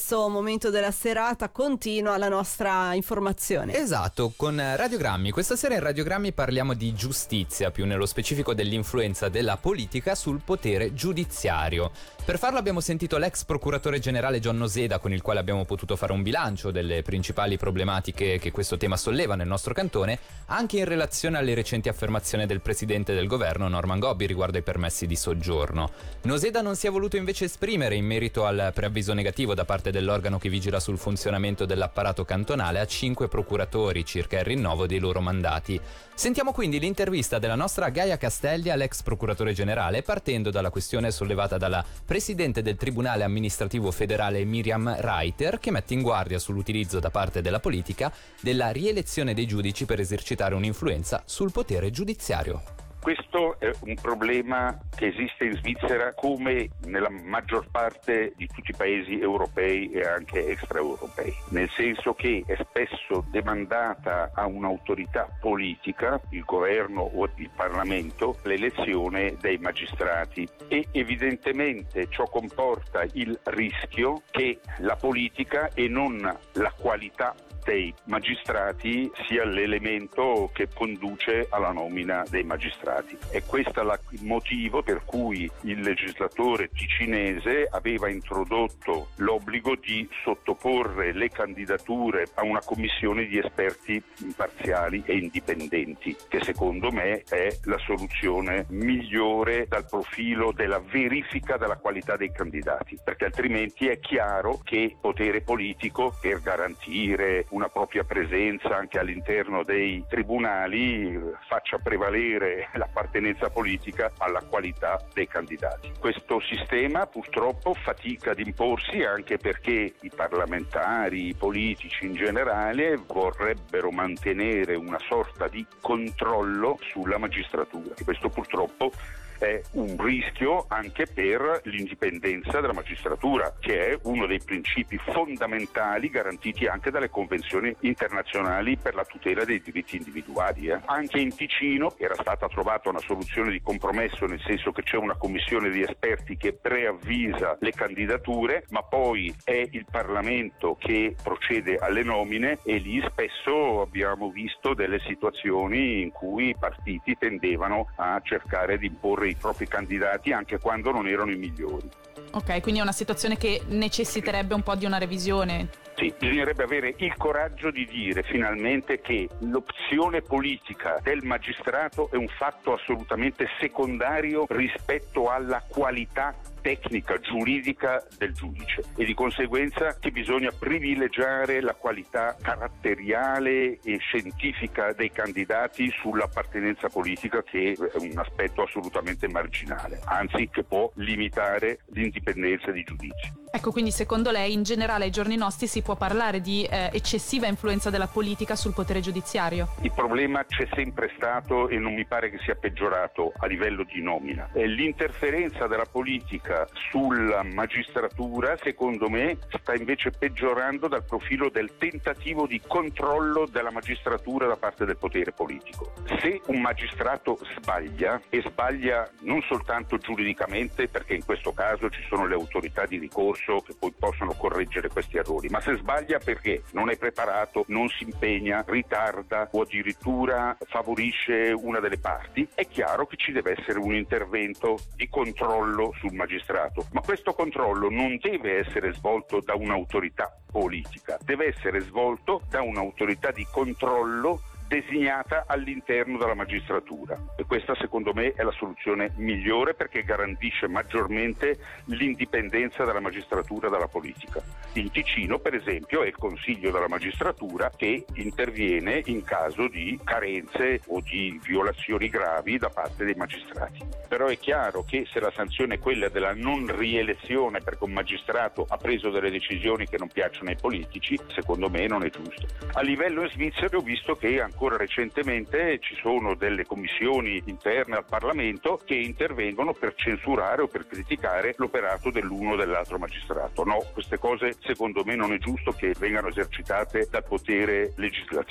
questo momento della serata continua la nostra informazione. Esatto, con Radiogrammi. Questa sera in Radiogrammi parliamo di giustizia, più nello specifico dell'influenza della politica sul potere giudiziario. Per farlo abbiamo sentito l'ex procuratore generale John Noseda, con il quale abbiamo potuto fare un bilancio delle principali problematiche che questo tema solleva nel nostro cantone, anche in relazione alle recenti affermazioni del presidente del governo Norman Gobbi riguardo ai permessi di soggiorno. Noseda non si è voluto invece esprimere in merito al preavviso negativo da parte dell'organo che vigila sul funzionamento dell'apparato cantonale a 5 procuratori circa il rinnovo dei loro mandati. Sentiamo quindi l'intervista della nostra Gaia Castelli all'ex procuratore generale, partendo dalla questione sollevata dalla presidente del Tribunale Amministrativo Federale Miriam Reiter, che mette in guardia sull'utilizzo da parte della politica della rielezione dei giudici per esercitare un'influenza sul potere giudiziario. Questo è un problema che esiste in Svizzera come nella maggior parte di tutti i paesi europei e anche extraeuropei, nel senso che è spesso demandata a un'autorità politica, il governo o il Parlamento, l'elezione dei magistrati, e evidentemente ciò comporta il rischio che la politica e non la qualità dei magistrati sia l'elemento che conduce alla nomina dei magistrati. È questo il motivo per cui il legislatore ticinese aveva introdotto l'obbligo di sottoporre le candidature a una commissione di esperti imparziali e indipendenti, che secondo me è la soluzione migliore dal profilo della verifica della qualità dei candidati, perché altrimenti è chiaro che il potere politico, per garantire una propria presenza anche all'interno dei tribunali, faccia prevalere l'appartenenza politica alla qualità dei candidati. Questo sistema purtroppo fatica ad imporsi anche perché i parlamentari, i politici in generale vorrebbero mantenere una sorta di controllo sulla magistratura, e questo purtroppo è un rischio anche per l'indipendenza della magistratura, che è uno dei principi fondamentali garantiti anche dalle convenzioni internazionali per la tutela dei diritti individuali. Anche in Ticino era stata trovata una soluzione di compromesso, nel senso che c'è una commissione di esperti che preavvisa le candidature, ma poi è il Parlamento che procede alle nomine, e lì spesso abbiamo visto delle situazioni in cui i partiti tendevano a cercare di imporre i propri candidati anche quando non erano i migliori. Ok, quindi è una situazione che necessiterebbe un po' di una revisione. Sì, bisognerebbe avere il coraggio di dire finalmente che l'opzione politica del magistrato è un fatto assolutamente secondario rispetto alla qualità tecnica, giuridica del giudice, e di conseguenza che bisogna privilegiare la qualità caratteriale e scientifica dei candidati sull'appartenenza politica, che è un aspetto assolutamente marginale, anzi che può limitare l'indipendenza di giudici. Ecco, quindi secondo lei in generale ai giorni nostri si può parlare di eccessiva influenza della politica sul potere giudiziario? Il problema c'è sempre stato e non mi pare che sia peggiorato a livello di nomina. L'interferenza della politica sulla magistratura, secondo me, sta invece peggiorando dal profilo del tentativo di controllo della magistratura da parte del potere politico. Se un magistrato sbaglia, e sbaglia non soltanto giuridicamente, perché in questo caso ci sono le autorità di ricorso che poi possono correggere questi errori, ma se sbaglia perché non è preparato, non si impegna, ritarda o addirittura favorisce una delle parti, è chiaro che ci deve essere un intervento di controllo sul magistrato, ma questo controllo non deve essere svolto da un'autorità politica, deve essere svolto da un'autorità di controllo designata all'interno della magistratura, e questa secondo me è la soluzione migliore, perché garantisce maggiormente l'indipendenza della magistratura dalla politica. In Ticino, per esempio, è il Consiglio della Magistratura che interviene in caso di carenze o di violazioni gravi da parte dei magistrati. Però è chiaro che se la sanzione è quella della non rielezione perché un magistrato ha preso delle decisioni che non piacciono ai politici, secondo me non è giusto. A livello in Svizzera ho visto che ancora recentemente ci sono delle commissioni interne al Parlamento che intervengono per censurare o per criticare l'operato dell'uno o dell'altro magistrato. No, queste cose secondo me non è giusto che vengano esercitate dal potere legislativo.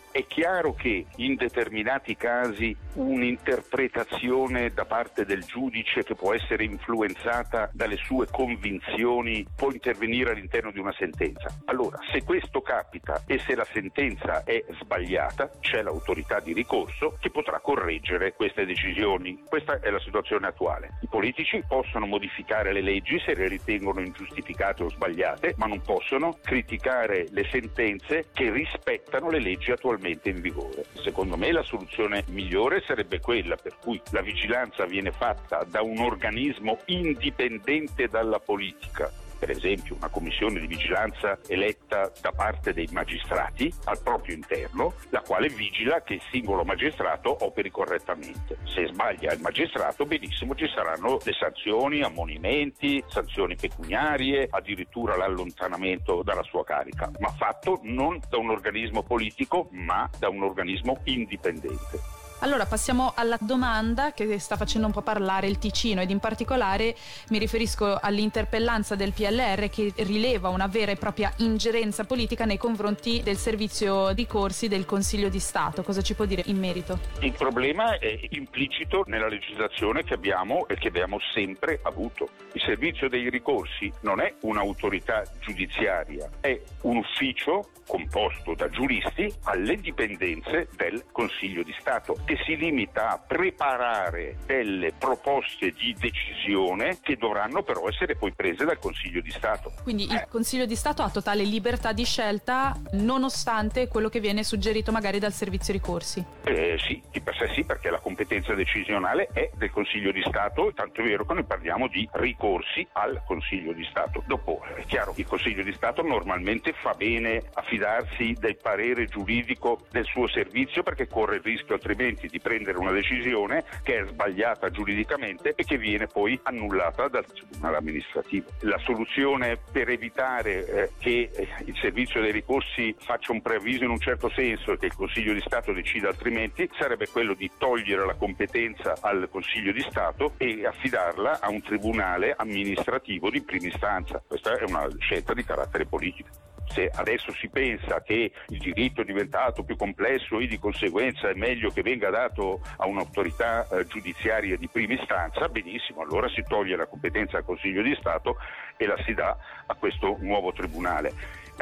È chiaro che in determinati casi un'interpretazione da parte del giudice che può essere influenzata dalle sue convinzioni può intervenire all'interno di una sentenza. Allora, se questo capita e se la sentenza è sbagliata, c'è l'autorità di ricorso che potrà correggere queste decisioni. Questa è la situazione attuale. I politici possono modificare le leggi se le ritengono ingiustificate o sbagliate, ma non possono criticare le sentenze che rispettano le leggi attualmente in vigore. Secondo me la soluzione migliore sarebbe quella per cui la vigilanza viene fatta da un organismo indipendente dalla politica, per esempio una commissione di vigilanza eletta da parte dei magistrati al proprio interno, la quale vigila che il singolo magistrato operi correttamente. Se sbaglia il magistrato, benissimo, ci saranno le sanzioni, ammonimenti, sanzioni pecuniarie, addirittura l'allontanamento dalla sua carica, ma fatto non da un organismo politico, ma da un organismo indipendente. Allora passiamo alla domanda che sta facendo un po' parlare il Ticino, ed in particolare mi riferisco all'interpellanza del PLR che rileva una vera e propria ingerenza politica nei confronti del servizio ricorsi del Consiglio di Stato. Cosa ci può dire in merito? Il problema è implicito nella legislazione che abbiamo e che abbiamo sempre avuto. Il servizio dei ricorsi non è un'autorità giudiziaria, è un ufficio composto da giuristi alle dipendenze del Consiglio di Stato, che si limita a preparare delle proposte di decisione che dovranno però essere poi prese dal Consiglio di Stato. Quindi il Consiglio di Stato ha totale libertà di scelta nonostante quello che viene suggerito magari dal servizio ricorsi? Sì, di per sé sì, perché la competenza decisionale è del Consiglio di Stato, tanto è vero che noi parliamo di ricorsi al Consiglio di Stato. Dopo, è chiaro, il Consiglio di Stato normalmente fa bene a fidarsi del parere giuridico del suo servizio, perché corre il rischio altrimenti di prendere una decisione che è sbagliata giuridicamente e che viene poi annullata dal tribunale amministrativo. La soluzione per evitare che il servizio dei ricorsi faccia un preavviso in un certo senso e che il Consiglio di Stato decida altrimenti sarebbe quello di togliere la competenza al Consiglio di Stato e affidarla a un tribunale amministrativo di prima istanza. Questa è una scelta di carattere politico. Se adesso si pensa che il diritto è diventato più complesso e di conseguenza è meglio che venga dato a un'autorità giudiziaria di prima istanza, benissimo, allora si toglie la competenza al Consiglio di Stato e la si dà a questo nuovo tribunale.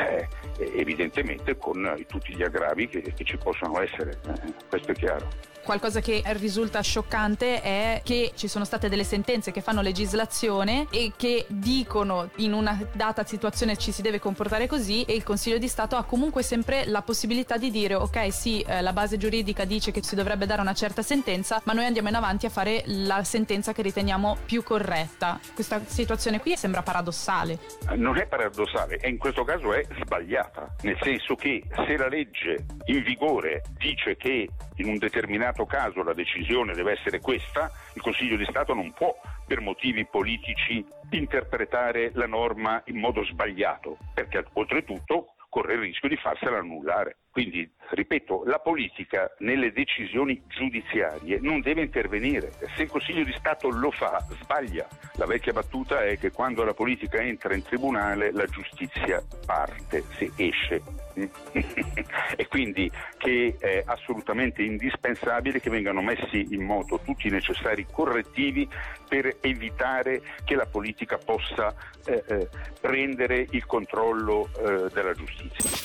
Evidentemente con tutti gli aggravi che ci possono essere, questo è chiaro. Qualcosa che risulta scioccante è che ci sono state delle sentenze che fanno legislazione e che dicono in una data situazione ci si deve comportare così, e il Consiglio di Stato ha comunque sempre la possibilità di dire ok, sì, la base giuridica dice che si dovrebbe dare una certa sentenza, ma noi andiamo in avanti a fare la sentenza che riteniamo più corretta. Questa situazione qui sembra paradossale. Non è paradossale, e in questo caso è sbagliata, nel senso che se la legge in vigore dice che in un determinato caso la decisione deve essere questa, il Consiglio di Stato non può per motivi politici interpretare la norma in modo sbagliato, perché oltretutto corre il rischio di farsela annullare. Quindi, ripeto, la politica nelle decisioni giudiziarie non deve intervenire. Se il Consiglio di Stato lo fa, sbaglia. La vecchia battuta è che quando la politica entra in tribunale la giustizia parte, se esce. E quindi che è assolutamente indispensabile che vengano messi in moto tutti i necessari correttivi per evitare che la politica possa prendere il controllo della giustizia.